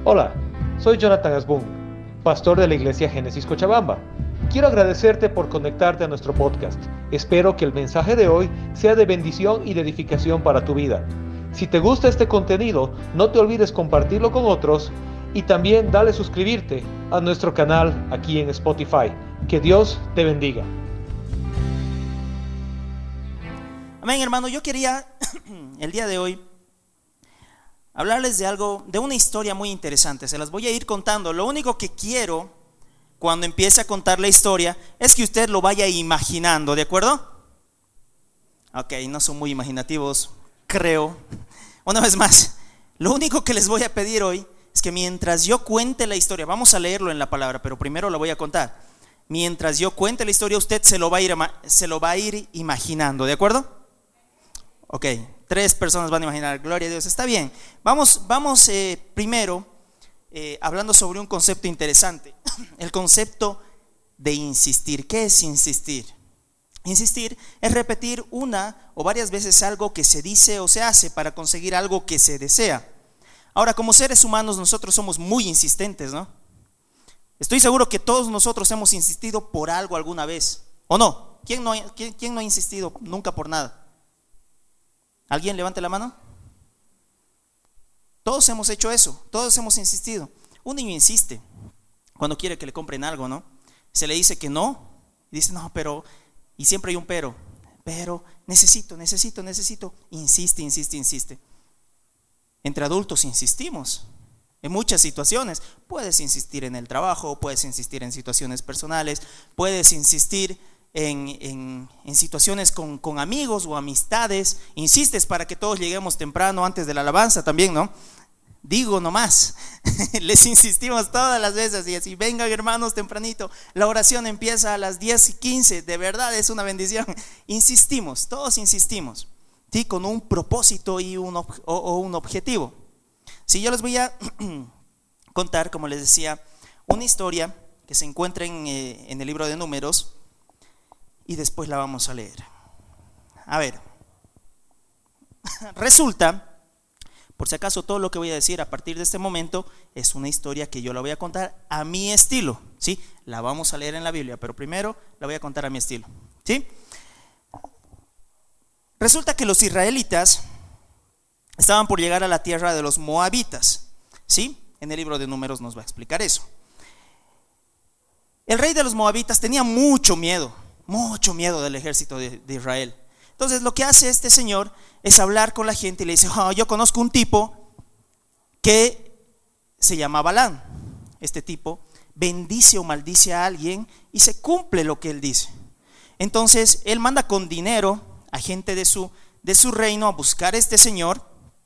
Hola, soy Jonathan Asbun, pastor de la iglesia Génesis Cochabamba. Quiero agradecerte por conectarte a nuestro podcast. Espero que el mensaje de hoy sea de bendición y de edificación para tu vida. Si te gusta este contenido, no te olvides compartirlo con otros y también dale suscribirte a nuestro canal aquí en Spotify. Que Dios te bendiga. Amén, hermano. Yo quería el día de hoy hablarles de algo, de una historia muy interesante. Se las voy a ir contando. Lo único que quiero cuando empiece a contar la historia es que usted lo vaya imaginando, ¿de acuerdo? Ok, no son muy imaginativos, creo. Una vez más, lo único que les voy a pedir hoy es que mientras yo cuente la historia, vamos a leerlo en la palabra, pero primero lo voy a contar. Mientras yo cuente la historia, usted se lo va a ir imaginando, ¿de acuerdo? Ok, 3 personas van a imaginar, gloria a Dios, está bien. Vamos primero hablando sobre un concepto interesante, el concepto de insistir. ¿Qué es insistir? Insistir es repetir una o varias veces algo que se dice o se hace para conseguir algo que se desea. Ahora, como seres humanos nosotros somos muy insistentes, ¿no? Estoy seguro que todos nosotros hemos insistido por algo alguna vez, ¿o no? ¿Quién no ha insistido nunca por nada? ¿Alguien levante la mano? Todos hemos hecho eso, todos hemos insistido. Un niño insiste cuando quiere que le compren algo, ¿no? Se le dice que no, y dice no, pero, y siempre hay un pero necesito, insiste. Entre adultos insistimos en muchas situaciones. Puedes insistir en el trabajo, puedes insistir en situaciones personales, puedes insistir en situaciones con amigos o amistades. Insistes para que todos lleguemos temprano antes de la alabanza también, ¿no? Digo nomás, les insistimos todas las veces y así, vengan hermanos tempranito, la oración empieza a las 10:15, de verdad es una bendición. Insistimos, todos insistimos, ¿sí? Con un propósito y un objetivo. Sí, yo les voy a contar, como les decía, una historia que se encuentra en el libro de Números y después la vamos a leer. A ver, resulta, por si acaso todo lo que voy a decir a partir de este momento es una historia que yo la voy a contar a mi estilo, ¿sí? La vamos a leer en la Biblia, pero primero la voy a contar a mi estilo, ¿sí? Resulta que los israelitas estaban por llegar a la tierra de los moabitas, ¿sí? En el libro de Números nos va a explicar eso. El rey de los moabitas tenía mucho miedo del ejército de Israel. Entonces lo que hace este señor es hablar con la gente y le dice, yo conozco un tipo que se llama Balán. Este tipo bendice o maldice a alguien y se cumple lo que él dice. Entonces él manda con dinero a gente de su reino a buscar a este señor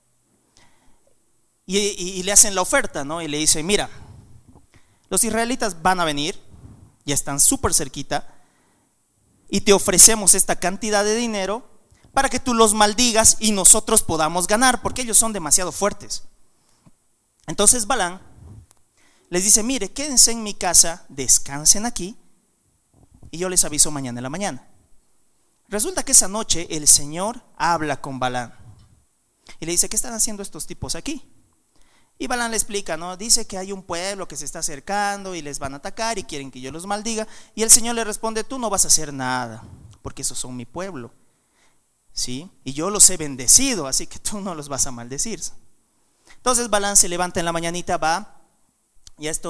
y le hacen la oferta, ¿no? Y le dice, mira, los israelitas van a venir, ya están súper cerquita, y te ofrecemos esta cantidad de dinero para que tú los maldigas y nosotros podamos ganar, porque ellos son demasiado fuertes. Entonces Balán les dice, mire, quédense en mi casa, descansen aquí y yo les aviso mañana en la mañana. Resulta que esa noche el Señor habla con Balán y le dice, ¿qué están haciendo estos tipos aquí? Y Balán le explica, ¿no? Dice que hay un pueblo que se está acercando y les van a atacar y quieren que yo los maldiga. Y el Señor le responde, tú no vas a hacer nada, porque esos son mi pueblo, ¿sí? Y yo los he bendecido, así que tú no los vas a maldecir. Entonces Balán se levanta en la mañanita, va y a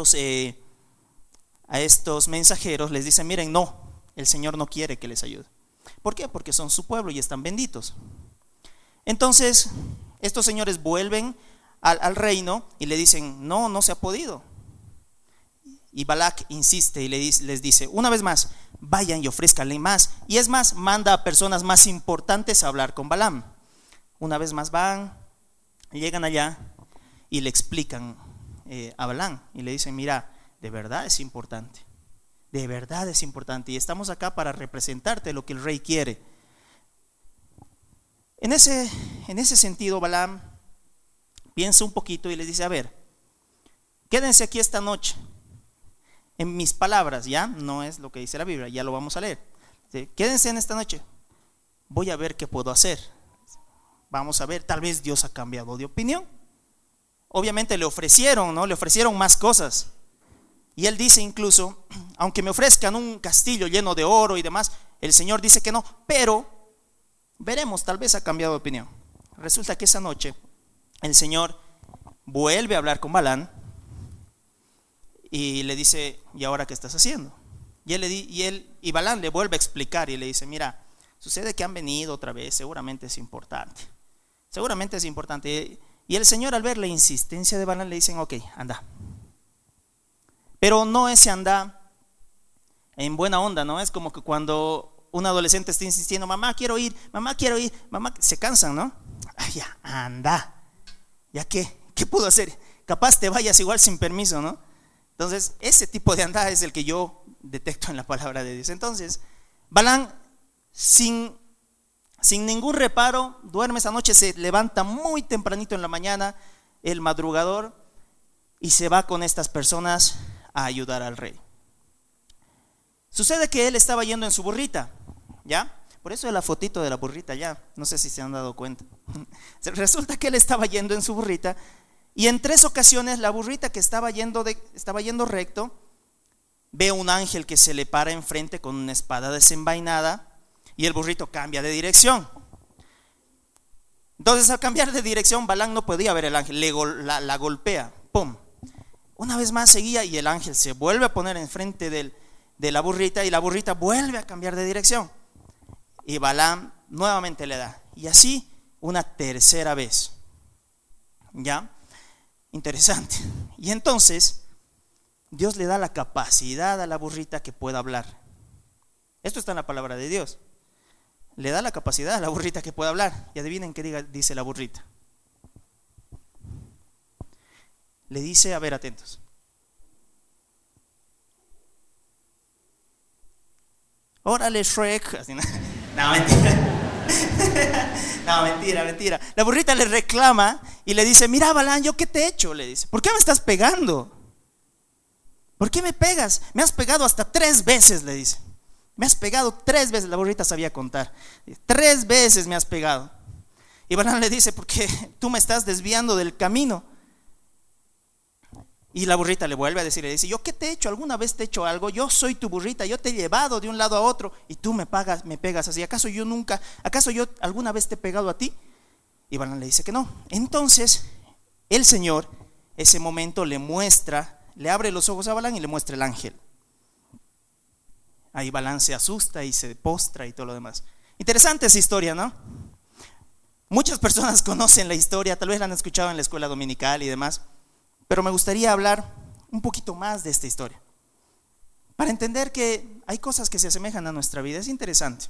estos mensajeros les dice, miren, no, el Señor no quiere que les ayude. ¿Por qué? Porque son su pueblo y están benditos. Entonces estos señores vuelven al reino y le dicen, no se ha podido. Y Balac insiste y les dice, una vez más, vayan y ofrézcanle más. Y es más, manda a personas más importantes a hablar con Balaam. Una vez más van, llegan allá y le explican a Balaam y le dicen, mira, de verdad es importante y estamos acá para representarte lo que el rey quiere. En ese sentido Balaam piensa un poquito y les dice, a ver, quédense aquí esta noche. En mis palabras, ya no es lo que dice la Biblia, ya lo vamos a leer. Quédense en esta noche, voy a ver qué puedo hacer. Vamos a ver, tal vez Dios ha cambiado de opinión. obviamente le ofrecieron, ¿no? Le ofrecieron más cosas. Y él dice incluso, aunque me ofrezcan un castillo lleno de oro y demás, el Señor dice que no, pero veremos, tal vez ha cambiado de opinión. Resulta que esa noche el Señor vuelve a hablar con Balaam y le dice, ¿y ahora qué estás haciendo? Y Balaam le vuelve a explicar y le dice, mira, sucede que han venido otra vez, seguramente es importante. Seguramente es importante. Y el Señor, al ver la insistencia de Balaam, le dicen, ok, anda. Pero no ese anda en buena onda, ¿no? Es como que cuando un adolescente está insistiendo, mamá quiero ir, mamá, se cansan, ¿no? Ay, ya, anda. ¿Ya qué? ¿Qué puedo hacer? Capaz te vayas igual sin permiso, ¿no? Entonces, ese tipo de andar es el que yo detecto en la palabra de Dios. Entonces, Balaam, sin ningún reparo, duerme esa noche, se levanta muy tempranito en la mañana, el madrugador, y se va con estas personas a ayudar al rey. Sucede que él estaba yendo en su burrita, ¿ya? Por eso es la fotito de la burrita, ya, no sé si se han dado cuenta. Resulta que él estaba yendo en su burrita y en 3 ocasiones la burrita que estaba yendo recto, ve un ángel que se le para enfrente con una espada desenvainada y el burrito cambia de dirección. Entonces, al cambiar de dirección, Balaam no podía ver el ángel, la golpea, ¡pum! Una vez más seguía y el ángel se vuelve a poner enfrente de la burrita y la burrita vuelve a cambiar de dirección. Y Balaam nuevamente le da. Y así una tercera vez. ¿Ya? Interesante. Y entonces Dios le da la capacidad a la burrita que pueda hablar. Esto está en la palabra de Dios. Le da la capacidad a la burrita que pueda hablar. Y adivinen qué dice la burrita. Le dice, a ver, atentos. Órale, Shrek. Así, no, mentira. No, mentira. La burrita le reclama y le dice, mira, Balaam, ¿yo qué te he hecho? Le dice, ¿por qué me estás pegando? ¿Por qué me pegas? Me has pegado hasta 3 veces, le dice. Me has pegado 3 veces. La burrita sabía contar. 3 veces me has pegado. Y Balaam le dice, porque tú me estás desviando del camino. Y la burrita le vuelve a decir, le dice, ¿yo qué te he hecho? ¿Alguna vez te he hecho algo? Yo soy tu burrita, yo te he llevado de un lado a otro y tú me pegas así. ¿Acaso yo alguna vez te he pegado a ti? Y Balaam le dice que no. Entonces el Señor, ese momento le abre los ojos a Balaam y le muestra el ángel. Ahí Balaam se asusta y se postra y todo lo demás. Interesante esa historia, ¿no? Muchas personas conocen la historia, tal vez la han escuchado en la escuela dominical y demás. Pero me gustaría hablar un poquito más de esta historia para entender que hay cosas que se asemejan a nuestra vida. Es interesante.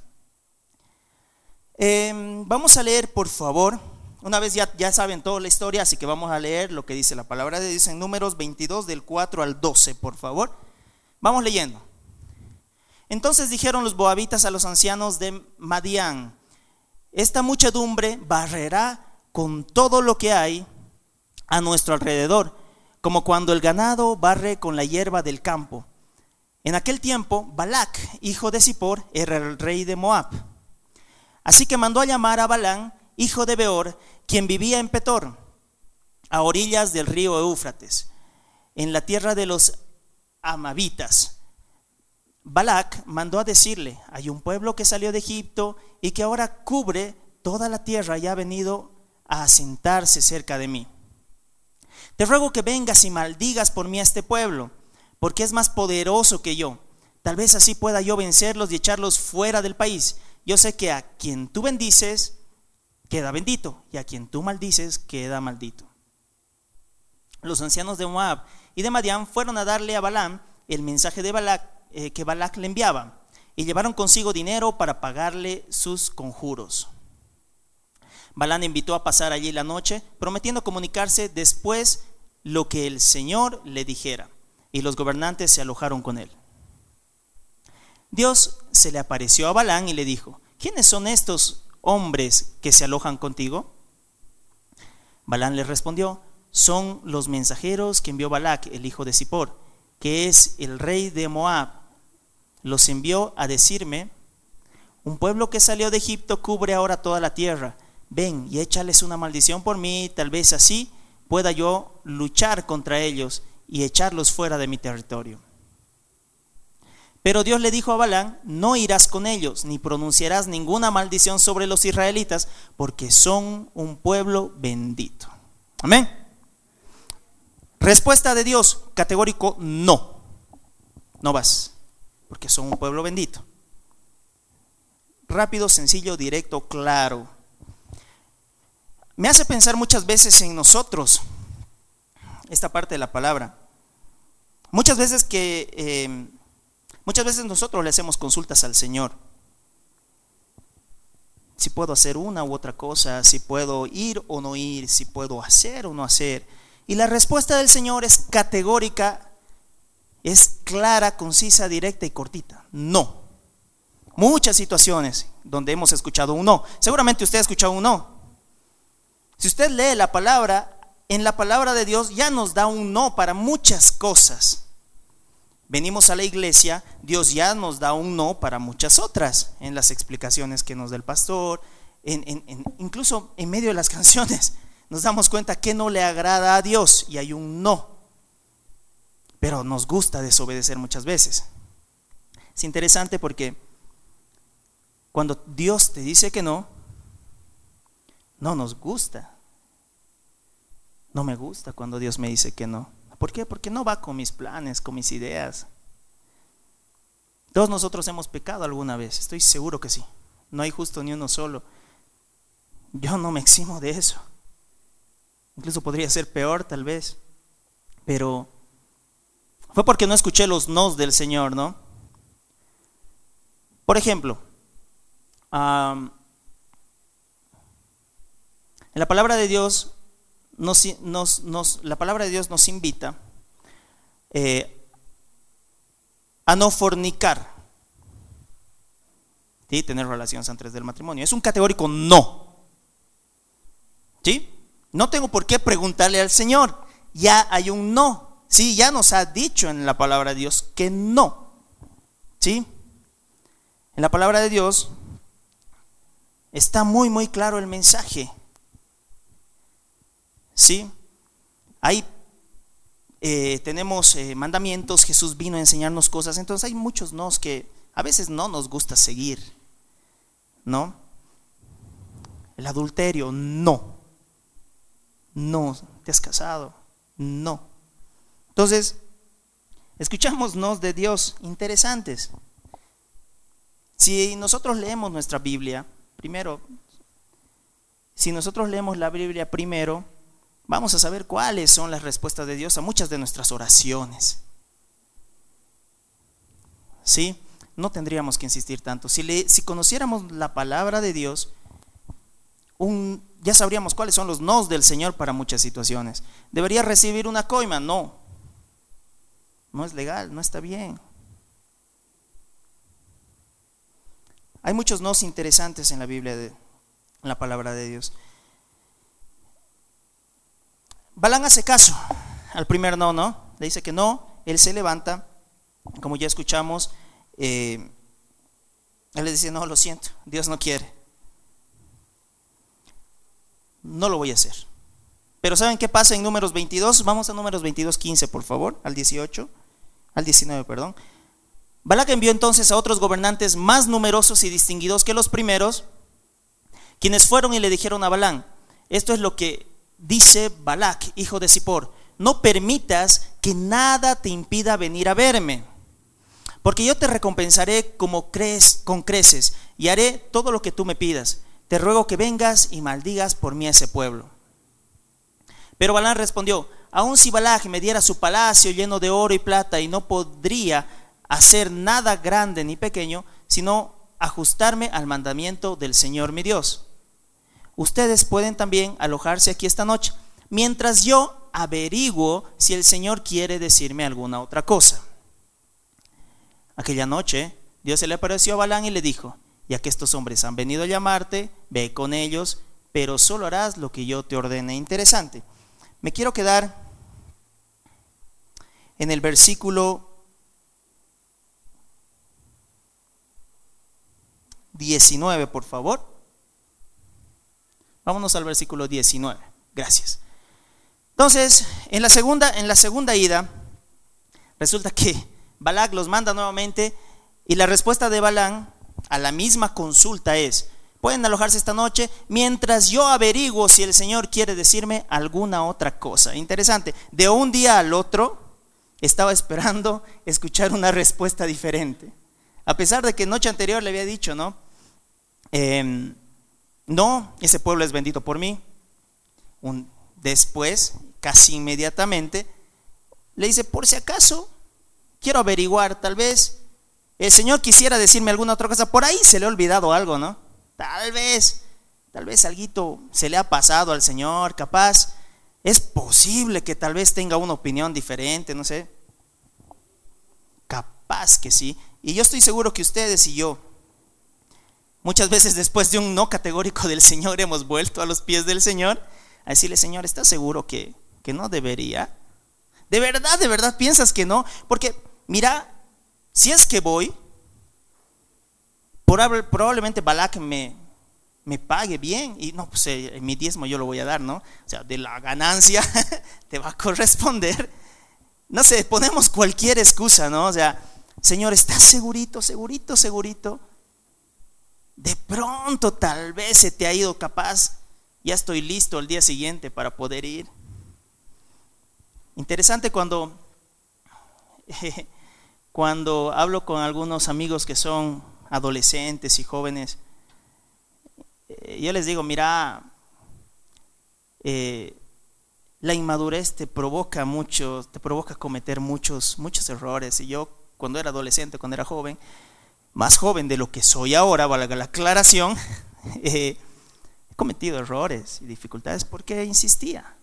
Vamos a leer, por favor. Una vez ya saben toda la historia, así que vamos a leer lo que dice la palabra de Dios en Números 22 del 4 al 12, por favor. Vamos leyendo. Entonces dijeron los moabitas a los ancianos de Madián: esta muchedumbre barrerá con todo lo que hay a nuestro alrededor, como cuando el ganado barre con la hierba del campo. En aquel tiempo, Balac, hijo de Zippor, era el rey de Moab. Así que mandó a llamar a Balaam, hijo de Beor, quien vivía en Petor, a orillas del río Éufrates, en la tierra de los amavitas. Balac mandó a decirle: hay un pueblo que salió de Egipto y que ahora cubre toda la tierra y ha venido a asentarse cerca de mí. Te ruego que vengas y maldigas por mí a este pueblo, porque es más poderoso que yo. Tal vez así pueda yo vencerlos y echarlos fuera del país. Yo sé que a quien tú bendices queda bendito, y a quien tú maldices queda maldito. Los ancianos de Moab y de Madián fueron a darle a Balaam el mensaje de Balac, que Balac le enviaba, y llevaron consigo dinero para pagarle sus conjuros. Balaam invitó a pasar allí la noche, prometiendo comunicarse después lo que el Señor le dijera, y los gobernantes se alojaron con él. Dios se le apareció a Balaam y le dijo: ¿quiénes son estos hombres que se alojan contigo? Balaam le respondió: son los mensajeros que envió Balac, el hijo de Zippor, que es el rey de Moab. Los envió a decirme: un pueblo que salió de Egipto cubre ahora toda la tierra. Ven y échales una maldición por mí, tal vez así pueda yo luchar contra ellos y echarlos fuera de mi territorio. Pero Dios le dijo a Balaam: no irás con ellos, ni pronunciarás ninguna maldición sobre los israelitas, porque son un pueblo bendito. Amén. Respuesta de Dios, categórico: no. No vas, porque son un pueblo bendito. Rápido, sencillo, directo, claro. Me hace pensar muchas veces en nosotros, esta parte de la palabra. Muchas veces nosotros le hacemos consultas al Señor. Si puedo hacer una u otra cosa, si puedo ir o no ir, si puedo hacer o no hacer. Y la respuesta del Señor es categórica, es clara, concisa, directa y cortita: no. Muchas situaciones donde hemos escuchado un no. Seguramente usted ha escuchado un no. Si usted lee la palabra, en la palabra de Dios ya nos da un no para muchas cosas. Venimos a la iglesia, Dios ya nos da un no para muchas otras, en las explicaciones que nos da el pastor, incluso en medio de las canciones nos damos cuenta que no le agrada a Dios y hay un no. Pero nos gusta desobedecer muchas veces. Es interesante porque cuando Dios te dice que no, no nos gusta. No me gusta cuando Dios me dice que no. ¿Por qué? Porque no va con mis planes, con mis ideas. Todos nosotros hemos pecado alguna vez, estoy seguro que sí. No hay justo ni uno solo. Yo no me eximo de eso. Incluso podría ser peor tal vez. Pero fue porque no escuché los nos del Señor, ¿no? Por ejemplo, en la palabra de Dios la palabra de Dios nos invita a no fornicar, ¿sí? Tener relaciones antes del matrimonio. Es un categórico no, ¿sí? No tengo por qué preguntarle al Señor, ya hay un no, ¿sí? Ya nos ha dicho en la palabra de Dios que no, ¿sí? En la palabra de Dios está muy muy claro el mensaje. Sí, ahí tenemos mandamientos, Jesús vino a enseñarnos cosas, entonces hay muchos nos que a veces no nos gusta seguir, ¿no? El adulterio, no. No, te has casado, no. Entonces, escuchamos nos de Dios interesantes. Si nosotros leemos nuestra Biblia, primero, vamos a saber cuáles son las respuestas de Dios a muchas de nuestras oraciones. ¿Sí? No tendríamos que insistir tanto. Si conociéramos la palabra de Dios, ya sabríamos cuáles son los nos del Señor para muchas situaciones. ¿Debería recibir una coima? No. No es legal, no está bien. Hay muchos nos interesantes en la Biblia, en la palabra de Dios. Balaam hace caso al primer no, ¿no? Le dice que no, él se levanta, como ya escuchamos, él le dice: no, lo siento, Dios no quiere, no lo voy a hacer. Pero ¿saben qué pasa en Números 22? Vamos a Números 22:15, por favor, al 19, perdón. Balac envió entonces a otros gobernantes más numerosos y distinguidos que los primeros, quienes fueron y le dijeron a Balaam: esto es lo que dice Balac, hijo de Zippor: no permitas que nada te impida venir a verme, porque yo te recompensaré con creces y haré todo lo que tú me pidas. Te ruego que vengas y maldigas por mí a ese pueblo. Pero Balaam respondió: aun si Balac me diera su palacio lleno de oro y plata, y no podría hacer nada grande ni pequeño, sino ajustarme al mandamiento del Señor mi Dios. Ustedes pueden también alojarse aquí esta noche, mientras yo averiguo si el Señor quiere decirme alguna otra cosa. Aquella noche Dios se le apareció a Balaam y le dijo: ya que estos hombres han venido a llamarte, ve con ellos, pero solo harás lo que yo te ordene. Interesante. Me quiero quedar en el versículo 19, por favor. Vámonos al versículo 19. Gracias. Entonces, en la segunda ida, resulta que Balac los manda nuevamente y la respuesta de Balaam a la misma consulta es: pueden alojarse esta noche mientras yo averiguo si el Señor quiere decirme alguna otra cosa. Interesante, de un día al otro estaba esperando escuchar una respuesta diferente. A pesar de que noche anterior le había dicho, no, ese pueblo es bendito por mí. Después, casi inmediatamente, le dice: por si acaso, quiero averiguar, tal vez el Señor quisiera decirme alguna otra cosa. Por ahí se le ha olvidado algo, ¿no? Tal vez alguito se le ha pasado al Señor, capaz. Es posible que tal vez tenga una opinión diferente, no sé. Capaz que sí. Y yo estoy seguro que ustedes y yo, muchas veces después de un no categórico del Señor, hemos vuelto a los pies del Señor a decirle: Señor, ¿estás seguro que no debería? ¿De verdad piensas que no? Porque mira, si es que voy, probablemente Balac me pague bien y no, pues mi diezmo yo lo voy a dar, ¿no? O sea, de la ganancia te va a corresponder. No sé, ponemos cualquier excusa, ¿no? O sea, Señor, ¿estás segurito? De pronto tal vez se te ha ido, capaz ya estoy listo el día siguiente para poder ir. Interesante cuando hablo con algunos amigos que son adolescentes y jóvenes, yo les digo: mira, la inmadurez te provoca cometer muchos errores. Y yo, cuando era adolescente, cuando era joven, más joven de lo que soy ahora, valga la aclaración, he cometido errores y dificultades porque insistía.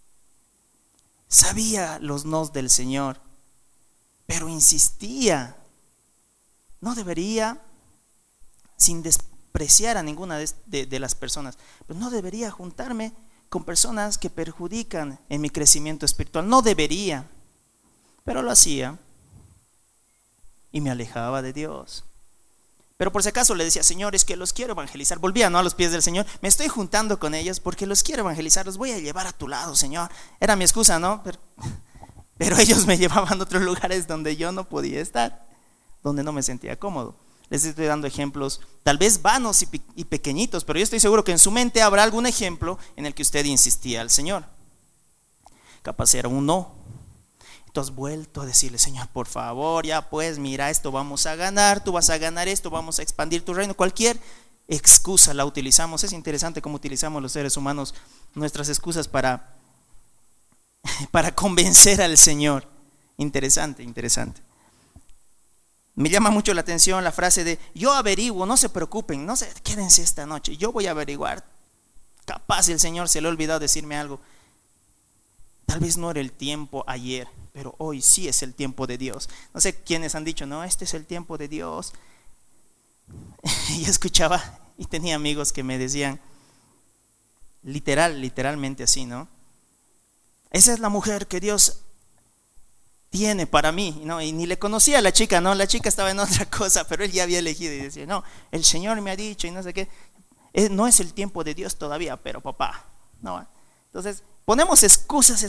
Sabía los nos del Señor, pero insistía. No debería, sin despreciar a ninguna de las personas, pero no debería juntarme con personas que perjudican en mi crecimiento espiritual. No debería, pero lo hacía y me alejaba de Dios. Pero por si acaso le decía: Señor, es que los quiero evangelizar. Volvía, ¿no?, a los pies del Señor. Me estoy juntando con ellos porque los quiero evangelizar. Los voy a llevar a tu lado, Señor. Era mi excusa, ¿no? Pero ellos me llevaban a otros lugares donde yo no podía estar, donde no me sentía cómodo. Les estoy dando ejemplos tal vez vanos y pequeñitos, pero yo estoy seguro que en su mente habrá algún ejemplo en el que usted insistía al Señor. Capaz era un no. Tú has vuelto a decirle: Señor, por favor, ya pues, mira, esto vamos a ganar, tú vas a ganar esto, vamos a expandir tu reino. Cualquier excusa la utilizamos. Es interesante cómo utilizamos los seres humanos nuestras excusas para convencer al Señor. Interesante. Me llama mucho la atención la frase de: yo averiguo, no se preocupen, no se quédense esta noche, yo voy a averiguar. Capaz el Señor se le ha olvidado decirme algo. Tal vez no era el tiempo ayer, pero hoy sí es el tiempo de Dios. No sé quiénes han dicho: no, este es el tiempo de Dios. Y yo escuchaba y tenía amigos que me decían literalmente así, ¿no? Esa es la mujer que Dios tiene para mí, ¿no? Y ni le conocía a la chica, ¿no? La chica estaba en otra cosa, pero él ya había elegido y decía: no, el Señor me ha dicho y no sé qué. No es el tiempo de Dios todavía, pero papá, no. Entonces ponemos excusas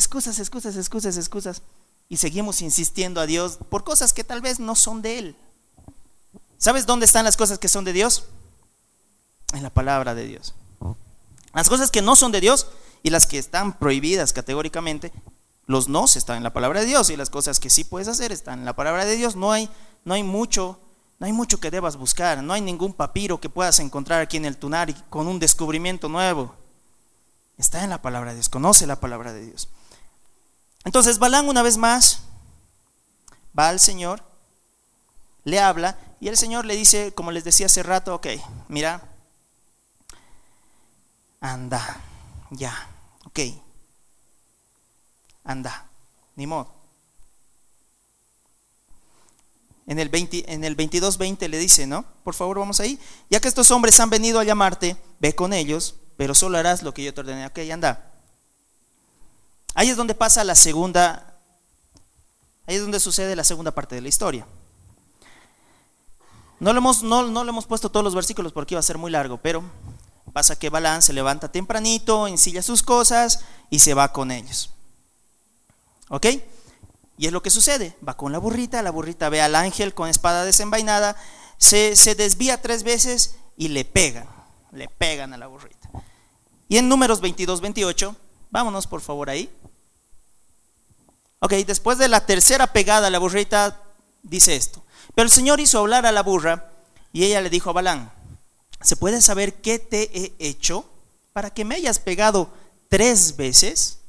y seguimos insistiendo a Dios por cosas que tal vez no son de Él. ¿Sabes dónde están las cosas que son de Dios? En la palabra de Dios. Las cosas que no son de Dios y las que están prohibidas categóricamente, los nos están en la palabra de Dios, y las cosas que sí puedes hacer están en la palabra de Dios. No hay mucho que debas buscar. No hay ningún papiro que puedas encontrar aquí en el Tunari con un descubrimiento nuevo. Está en la palabra de Dios, conoce la palabra de Dios. Entonces Balaam, una vez más, va al Señor, le habla, y el Señor le dice, como les decía hace rato: ok, mira, anda, ya, ok, anda, ni modo. En el 22:20 le dice, ¿no? Por favor, vamos ahí. Ya que estos hombres han venido a llamarte, ve con ellos, pero solo harás lo que yo te ordené. Ok, anda. Ahí es donde pasa la segunda, ahí es donde sucede la segunda parte de la historia. No le hemos puesto todos los versículos porque iba a ser muy largo, pero pasa que Balaam se levanta tempranito, ensilla sus cosas y se va con ellos. ¿Ok? Y es lo que sucede. Va con la burrita ve al ángel con espada desenvainada, se desvía 3 veces y le pegan a la burrita. Y en Números 22-28, vámonos por favor ahí. Ok, después de la tercera pegada a la burrita, dice esto: pero el Señor hizo hablar a la burra y ella le dijo a Balaam: ¿se puede saber qué te he hecho para que me hayas pegado 3 veces?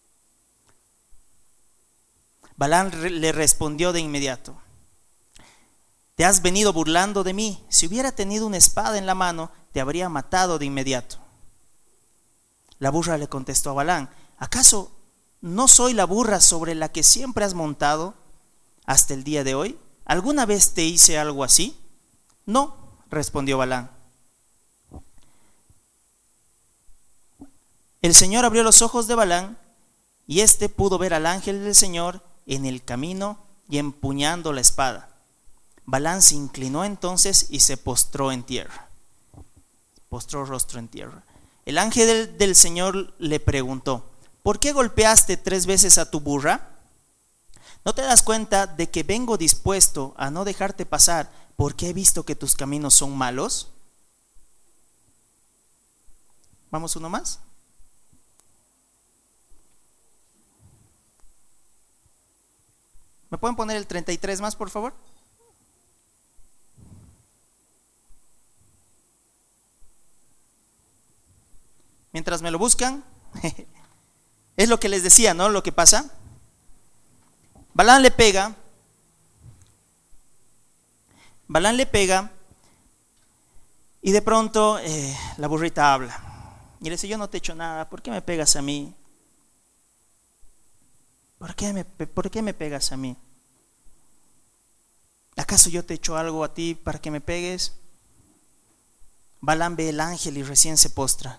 Balaam le respondió de inmediato: te has venido burlando de mí. Si hubiera tenido una espada en la mano, te habría matado de inmediato. La burra le contestó a Balaam: ¿acaso no soy la burra sobre la que siempre has montado hasta el día de hoy? ¿Alguna vez te hice algo así? No, respondió Balaam. El Señor abrió los ojos de Balaam y éste pudo ver al ángel del Señor en el camino y empuñando la espada. Balaam se inclinó entonces y se postró en tierra. Postró rostro en tierra. El ángel del Señor le preguntó: ¿por qué golpeaste 3 veces a tu burra? ¿No te das cuenta de que vengo dispuesto a no dejarte pasar porque he visto que tus caminos son malos? ¿Vamos uno más? ¿Me pueden poner el 33 más, por favor? Mientras me lo buscan, es lo que les decía, ¿no? Lo que pasa. Balaam le pega y de pronto la burrita habla y le dice: yo no te he hecho nada, ¿por qué me pegas a mí? ¿Por qué me pegas a mí? ¿Acaso yo te he hecho algo a ti para que me pegues? Balaam ve el ángel y recién se postra.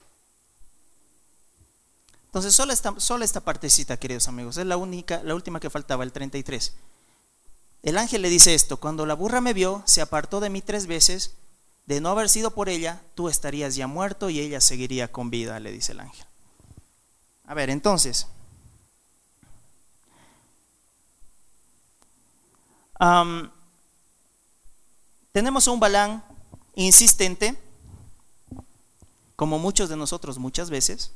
Entonces solo esta partecita, queridos amigos, es la última que faltaba, el 33. El ángel le dice esto: cuando la burra me vio, se apartó de mí 3 veces. De no haber sido por ella, tú estarías ya muerto y ella seguiría con vida, le dice el ángel. A ver, entonces, tenemos a un Balaam insistente, como muchos de nosotros muchas veces.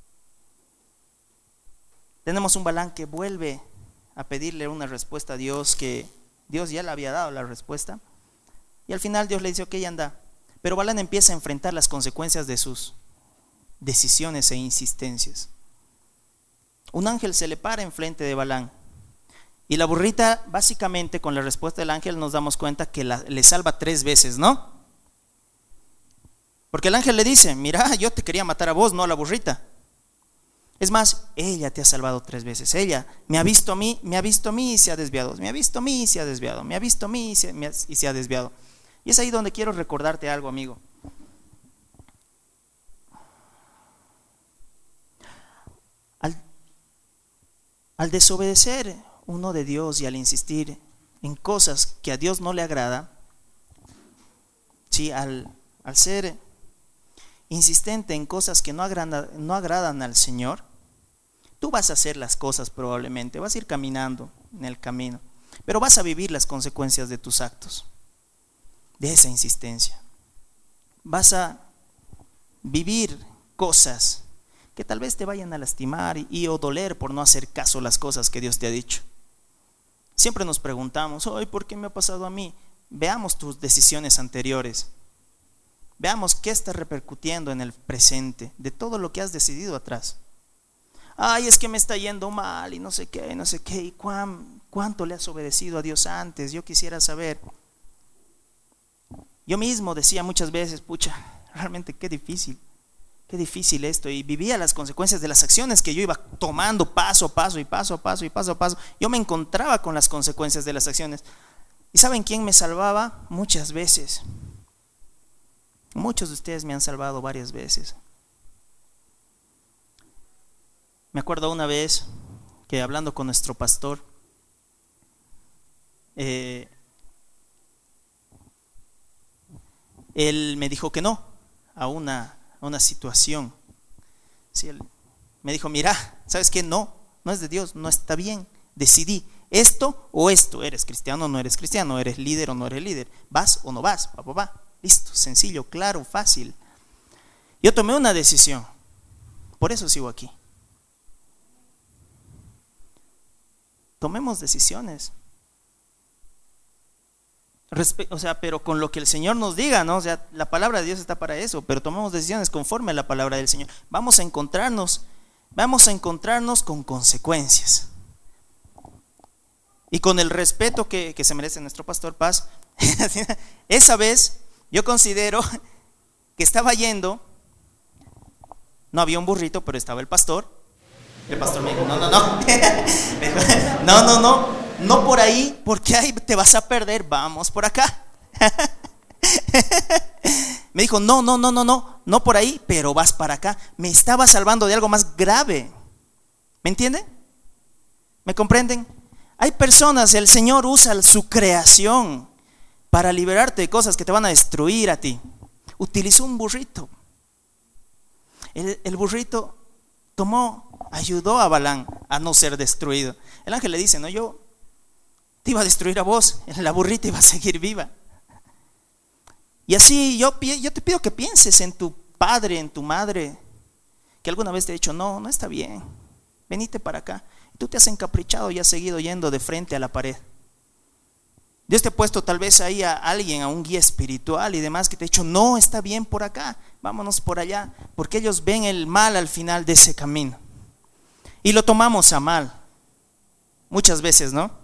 Tenemos un Balaam que vuelve a pedirle una respuesta a Dios, que Dios ya le había dado la respuesta. Y al final Dios le dice: ok, anda. Pero Balaam empieza a enfrentar las consecuencias de sus decisiones e insistencias. Un ángel se le para enfrente de Balaam. Y la burrita, básicamente, con la respuesta del ángel nos damos cuenta que le salva 3 veces, ¿no? Porque el ángel le dice: mira, yo te quería matar a vos, no a la burrita. Es más, ella te ha salvado 3 veces. Ella me ha visto a mí y se ha desviado. Me ha visto a mí y se ha desviado. Me ha visto a mí y se ha desviado. Y es ahí donde quiero recordarte algo, amigo. Al desobedecer uno de Dios y al insistir en cosas que a Dios no le agrada, ¿sí? Al ser insistente en cosas que no agradan al Señor, tú vas a hacer las cosas probablemente, vas a ir caminando en el camino, pero vas a vivir las consecuencias de tus actos, de esa insistencia. Vas a vivir cosas que tal vez te vayan a lastimar o doler por no hacer caso a las cosas que Dios te ha dicho. Siempre nos preguntamos: ay, ¿por qué me ha pasado a mí? Veamos tus decisiones anteriores. Veamos qué está repercutiendo en el presente de todo lo que has decidido atrás. Ay, es que me está yendo mal y no sé qué. ¿Y cuánto le has obedecido a Dios antes? Yo quisiera saber. Yo mismo decía muchas veces: pucha, realmente qué difícil esto. Y vivía las consecuencias de las acciones que yo iba tomando paso a paso. Yo me encontraba con las consecuencias de las acciones. ¿Y saben quién me salvaba? Muchas veces. Muchos de ustedes me han salvado varias veces. Me acuerdo una vez que hablando con nuestro pastor, él me dijo que no a una situación. Sí, él me dijo: mira, ¿sabes qué? No no es de Dios, no está bien. Decidí esto o esto. Eres cristiano o no eres cristiano, eres líder o no eres líder, vas o no vas, va. Listo, sencillo, claro, fácil. Yo tomé una decisión, por eso sigo aquí. Tomemos decisiones. Pero con lo que el Señor nos diga, ¿no? O sea, la palabra de Dios está para eso, pero tomemos decisiones conforme a la palabra del Señor. Vamos a encontrarnos con consecuencias. Y con el respeto que se merece nuestro pastor Paz. Esa vez yo considero que estaba yendo, no había un burrito, pero estaba el pastor. El pastor me dijo, no por ahí, porque ahí te vas a perder, vamos por acá. Me dijo, no por ahí, pero vas para acá. Me estaba salvando de algo más grave. ¿Me entienden? ¿Me comprenden? Hay personas, el Señor usa su creación para liberarte de cosas que te van a destruir a ti. Utilizó un burrito. El burrito ayudó a Balaam a no ser destruido. El ángel le dice, no, yo te iba a destruir a vos, la burrita iba a seguir viva. Y así yo te pido que pienses en tu padre, en tu madre, que alguna vez te ha dicho, no está bien, venite para acá. Y tú te has encaprichado y has seguido yendo de frente a la pared. Dios te ha puesto tal vez ahí a alguien, a un guía espiritual y demás, que te ha dicho, no está bien por acá, vámonos por allá, porque ellos ven el mal al final de ese camino. Y lo tomamos a mal, muchas veces, ¿no?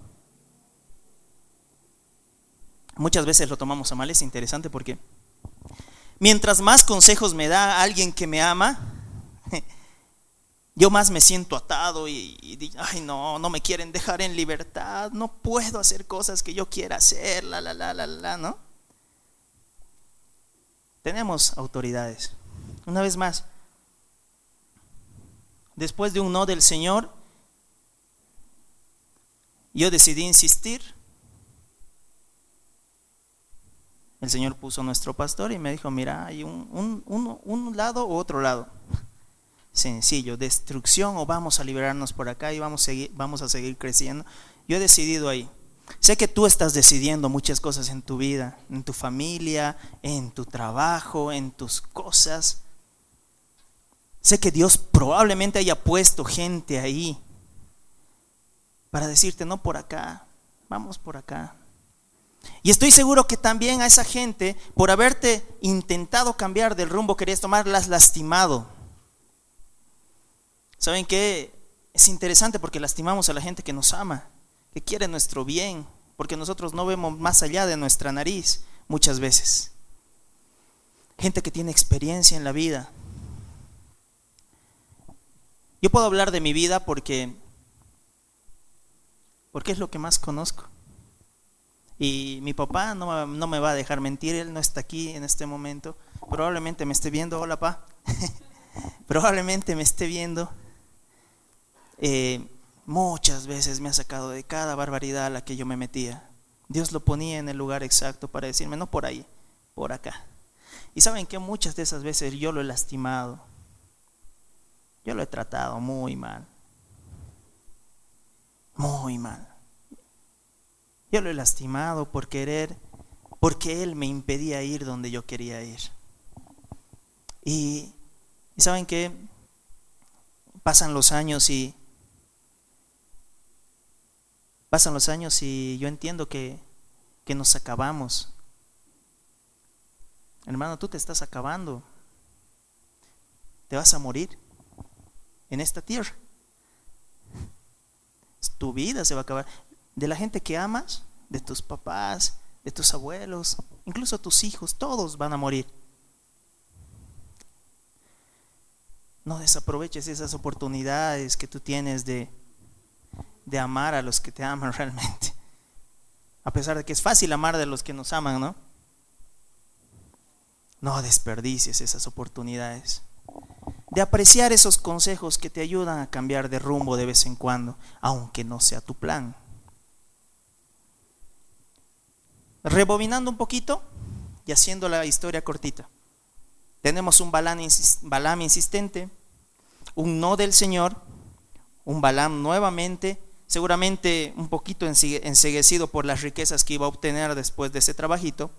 Muchas veces lo tomamos a mal. Es interesante porque mientras más consejos me da alguien que me ama, yo más me siento atado y digo, ay no me quieren dejar en libertad, no puedo hacer cosas que yo quiera hacer, ¿no? Tenemos autoridades. Una vez más, después de un no del Señor, yo decidí insistir. El Señor puso nuestro pastor y me dijo, mira, hay un lado u otro lado. Sencillo, destrucción o vamos a liberarnos por acá y vamos a seguir creciendo. Yo he decidido ahí. Sé que tú estás decidiendo muchas cosas en tu vida, en tu familia, en tu trabajo, en tus cosas. Sé que Dios probablemente haya puesto gente ahí para decirte, no por acá, vamos por acá. Y estoy seguro que también a esa gente, por haberte intentado cambiar del rumbo que querías tomar, la has lastimado. ¿Saben qué? Es interesante porque lastimamos a la gente que nos ama, que quiere nuestro bien, porque nosotros no vemos más allá de nuestra nariz muchas veces. Gente que tiene experiencia en la vida. Yo puedo hablar de mi vida porque es lo que más conozco. Y mi papá no me va a dejar mentir, él no está aquí en este momento. Probablemente me esté viendo, hola pa. Probablemente me esté viendo. Muchas veces me ha sacado de cada barbaridad a la que yo me metía. Dios lo ponía en el lugar exacto para decirme, no por ahí, por acá. Y saben que muchas de esas veces yo lo he lastimado. Yo lo he tratado muy mal. Muy mal. Yo lo he lastimado porque él me impedía ir donde yo quería ir. Y ¿saben qué? Pasan los años y yo entiendo que nos acabamos. Hermano, tú te estás acabando. Te vas a morir en esta tierra. Tu vida se va a acabar. De la gente que amas, de tus papás, de tus abuelos, incluso tus hijos, todos van a morir. No desaproveches esas oportunidades que tú tienes de amar a los que te aman realmente. A pesar de que es fácil amar de los que nos aman, ¿no? No desperdicies esas oportunidades. De apreciar esos consejos que te ayudan a cambiar de rumbo de vez en cuando, aunque no sea tu plan. Rebobinando un poquito y haciendo la historia cortita. Tenemos un Balaam insistente, un no del Señor, un Balaam nuevamente, seguramente un poquito enceguecido por las riquezas que iba a obtener después de ese trabajito.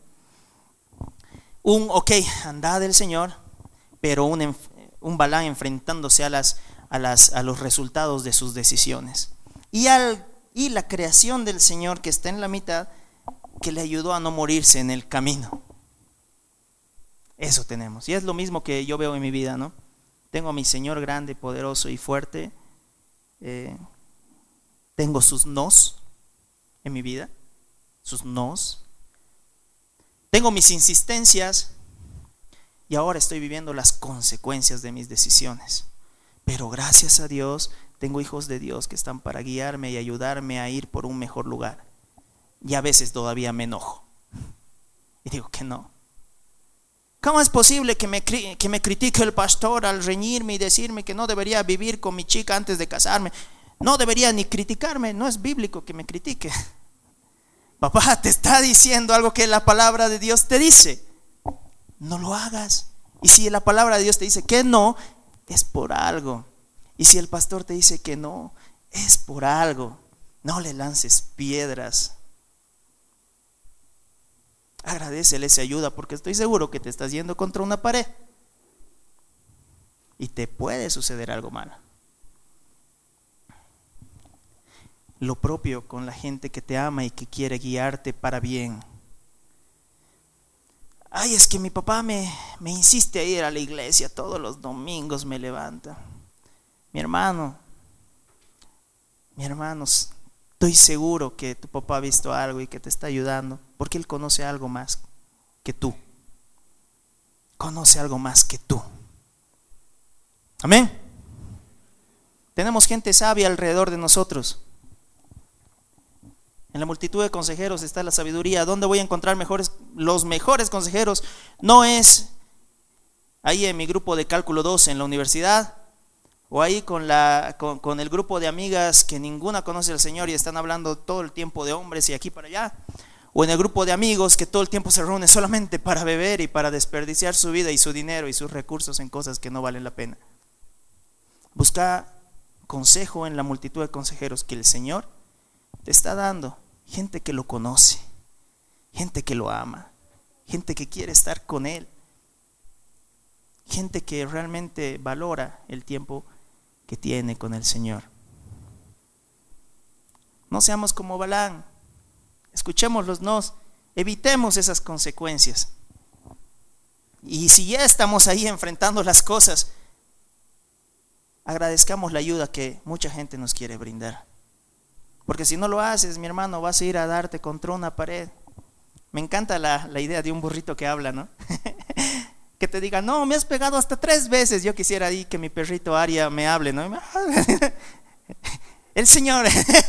Ok, anda del Señor, pero un Balaam enfrentándose a los resultados de sus decisiones. Y la creación del Señor que está en la mitad, que le ayudó a no morirse en el camino. Eso tenemos. Y es lo mismo que yo veo en mi vida, ¿no? Tengo a mi Señor grande, poderoso y fuerte. Tengo sus nos en mi vida. Sus nos. Tengo mis insistencias. Y ahora estoy viviendo las consecuencias de mis decisiones. Pero gracias a Dios, tengo hijos de Dios que están para guiarme y ayudarme a ir por un mejor lugar. Y a veces todavía me enojo. Y digo que no. ¿Cómo es posible que me critique el pastor al reñirme y decirme que no debería vivir con mi chica antes de casarme? No debería ni criticarme, no es bíblico que me critique. Papá, te está diciendo algo que la palabra de Dios te dice. No lo hagas. Y si la palabra de Dios te dice que no, es por algo. Y si el pastor te dice que no, es por algo. No le lances piedras. Agradécele esa ayuda, porque estoy seguro que te estás yendo contra una pared y te puede suceder algo malo. Lo propio con la gente que te ama y que quiere guiarte para bien. Ay, es que mi papá me insiste a ir a la iglesia, todos los domingos me levanta. Mi hermano, estoy seguro que tu papá ha visto algo y que te está ayudando, porque él conoce algo más que tú. Conoce algo más que tú. Amén. Tenemos gente sabia alrededor de nosotros. En la multitud de consejeros está la sabiduría. ¿Dónde voy a encontrar los mejores consejeros? No es ahí en mi grupo de cálculo 2 en la universidad, o ahí con el grupo de amigas que ninguna conoce al Señor y están hablando todo el tiempo de hombres y aquí para allá, o en el grupo de amigos que todo el tiempo se reúne solamente para beber y para desperdiciar su vida y su dinero y sus recursos en cosas que no valen la pena. Busca consejo en la multitud de consejeros que el Señor te está dando. Gente que lo conoce, gente que lo ama, gente que quiere estar con Él, gente que realmente valora el tiempo que tiene con el Señor. No seamos como Balaam. Escuchemos los nos, evitemos esas consecuencias. Y si ya estamos ahí enfrentando las cosas, agradezcamos la ayuda que mucha gente nos quiere brindar. Porque si no lo haces, mi hermano, vas a ir a darte contra una pared. Me encanta la idea de un burrito que habla, ¿no? Que te diga, no, me has pegado hasta 3 veces. Yo quisiera ahí que mi perrito Aria me hable, ¿no? El Señor.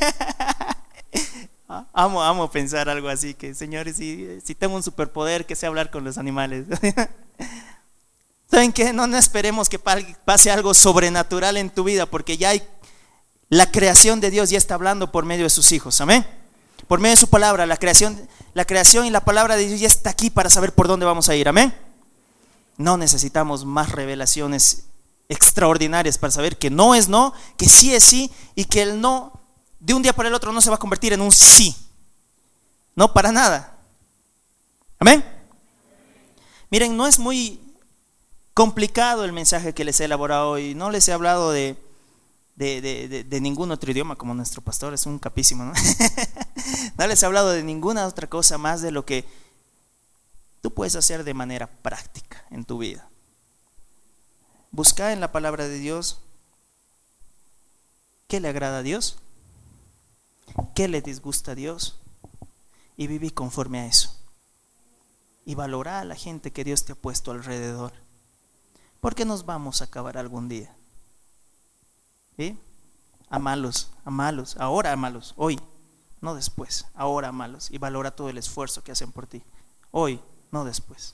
Amo pensar algo así, que señores, si tengo un superpoder, que sea hablar con los animales. ¿Saben qué? No esperemos que pase algo sobrenatural en tu vida, porque ya hay la creación de Dios, ya está hablando por medio de sus hijos, amén. Por medio de su palabra, la creación y la palabra de Dios ya está aquí para saber por dónde vamos a ir, amén. No necesitamos más revelaciones extraordinarias para saber que no es no, que sí es sí, y que el no de un día para el otro no se va a convertir en un sí. No, para nada. Amén. Miren, no es muy complicado el mensaje que les he elaborado hoy. No les he hablado de ningún otro idioma como nuestro pastor, es un capísimo, ¿no? No les he hablado de ninguna otra cosa más de lo que tú puedes hacer de manera práctica en tu vida. Busca en la palabra de Dios qué le agrada a Dios, qué le disgusta a Dios, y viví conforme a eso. Y valora a la gente que Dios te ha puesto alrededor, porque nos vamos a acabar algún día. ¿Sí? Amalos, ahora amalos, hoy, no después, ahora amalos, y valora todo el esfuerzo que hacen por ti, hoy, no después.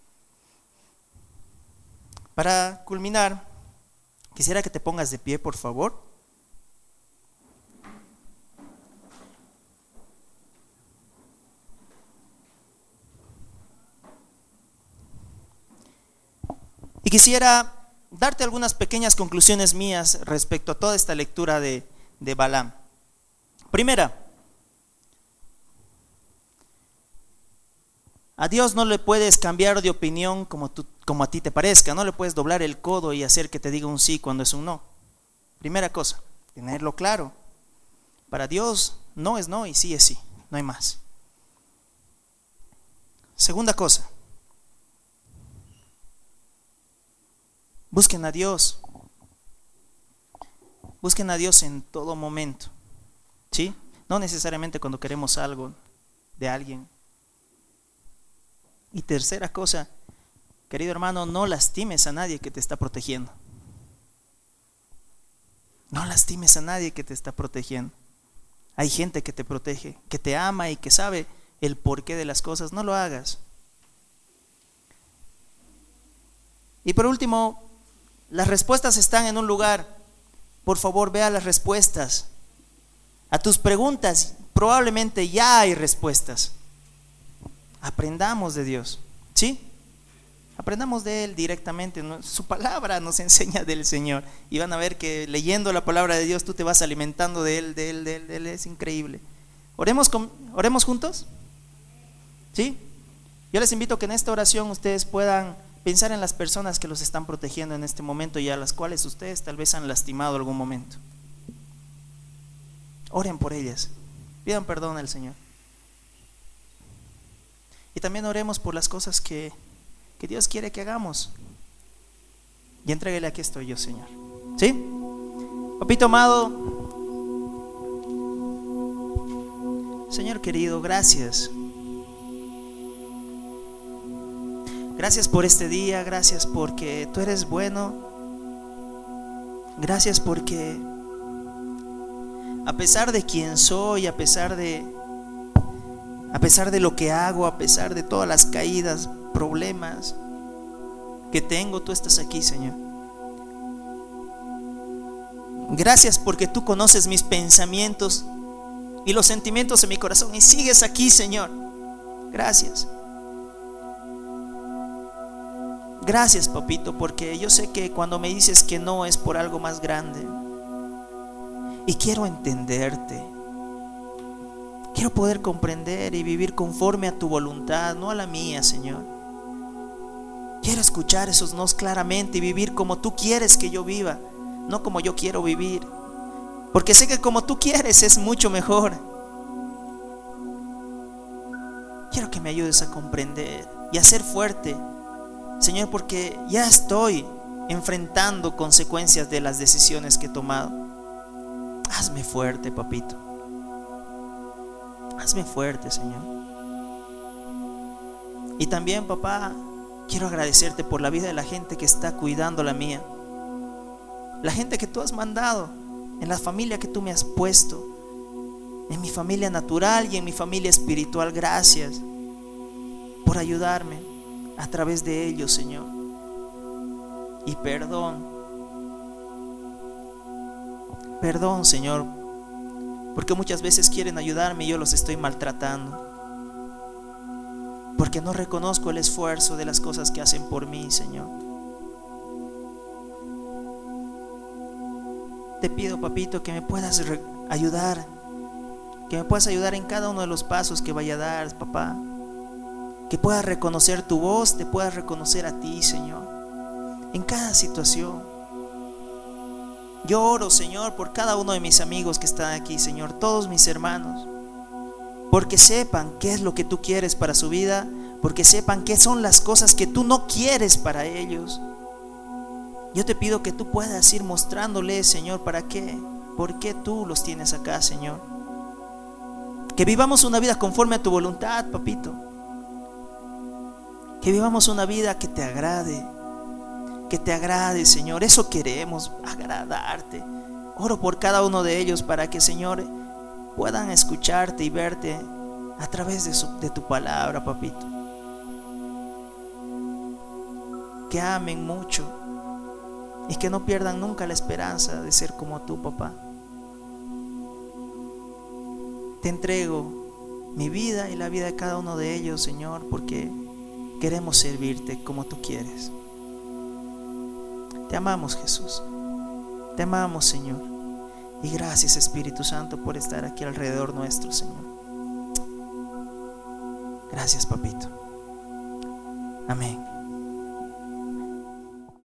Para culminar, quisiera que te pongas de pie, por favor. Y quisiera darte algunas pequeñas conclusiones mías respecto a toda esta lectura de Balaam. Primera, a Dios no le puedes cambiar de opinión como a ti te parezca. No le puedes doblar el codo y hacer que te diga un sí cuando es un no. Primera cosa, tenerlo claro. Para Dios no es no y sí es sí, no hay más. Segunda cosa, busquen a Dios. Busquen a Dios en todo momento, ¿sí? No necesariamente cuando queremos algo de alguien. Y tercera cosa, querido hermano, no lastimes a nadie que te está protegiendo. No lastimes a nadie que te está protegiendo. Hay gente que te protege, que te ama y que sabe el porqué de las cosas. No lo hagas. Y por último, las respuestas están en un lugar. Por favor, vea las respuestas. A tus preguntas probablemente ya hay respuestas. Aprendamos de Dios, ¿sí? Aprendamos de Él directamente. Su palabra nos enseña del Señor. Y van a ver que leyendo la palabra de Dios tú te vas alimentando de Él. Es increíble. Oremos juntos, ¿sí? Yo les invito a que en esta oración ustedes puedan pensar en las personas que los están protegiendo en este momento y a las cuales ustedes tal vez han lastimado algún momento. Oren por ellas. Pidan perdón al Señor. Y también oremos por las cosas que Dios quiere que hagamos. Y entréguele: aquí estoy yo, Señor. ¿Sí? Papito amado, Señor querido, gracias. Gracias por este día, gracias porque tú eres bueno. Gracias porque a pesar de quién soy, a pesar de lo que hago, a pesar de todas las caídas, problemas que tengo, tú estás aquí, Señor. Gracias porque tú conoces mis pensamientos y los sentimientos de mi corazón y sigues aquí, Señor. Gracias. Gracias, papito, porque yo sé que cuando me dices que no es por algo más grande. Y quiero entenderte. Quiero poder comprender y vivir conforme a tu voluntad, no a la mía, Señor. Quiero escuchar esos nos claramente y vivir como tú quieres que yo viva, no como yo quiero vivir. Porque sé que como tú quieres es mucho mejor. Quiero que me ayudes a comprender y a ser fuerte, Señor, porque ya estoy enfrentando consecuencias de las decisiones que he tomado. Hazme fuerte, papito. Hazme fuerte, Señor. Y también, papá, quiero agradecerte por la vida de la gente que está cuidando la mía. La gente que tú has mandado, en la familia que tú me has puesto, en mi familia natural y en mi familia espiritual. Gracias por ayudarme a través de ellos, Señor. Y perdón, Señor, porque muchas veces quieren ayudarme y yo los estoy maltratando, porque no reconozco el esfuerzo de las cosas que hacen por mí, Señor. Te pido, papito, que me puedas ayudar, que me puedas ayudar en cada uno de los pasos que vaya a dar, papá. Que puedas reconocer tu voz, te puedas reconocer a ti, Señor, en cada situación. Yo oro, Señor, por cada uno de mis amigos que están aquí, Señor, todos mis hermanos, porque sepan qué es lo que tú quieres para su vida, porque sepan qué son las cosas que tú no quieres para ellos. Yo te pido que tú puedas ir mostrándoles, Señor, para qué, por qué tú los tienes acá, Señor. Que vivamos una vida conforme a tu voluntad, papito. Que vivamos una vida que te agrade, Señor. Eso queremos, agradarte. Oro por cada uno de ellos para que, Señor, puedan escucharte y verte a través de tu palabra, papito. Que amen mucho y que no pierdan nunca la esperanza de ser como tú, papá. Te entrego mi vida y la vida de cada uno de ellos, Señor, porque queremos servirte como tú quieres. Te amamos, Jesús. Te amamos, Señor. Y gracias, Espíritu Santo, por estar aquí alrededor nuestro, Señor. Gracias, papito. Amén.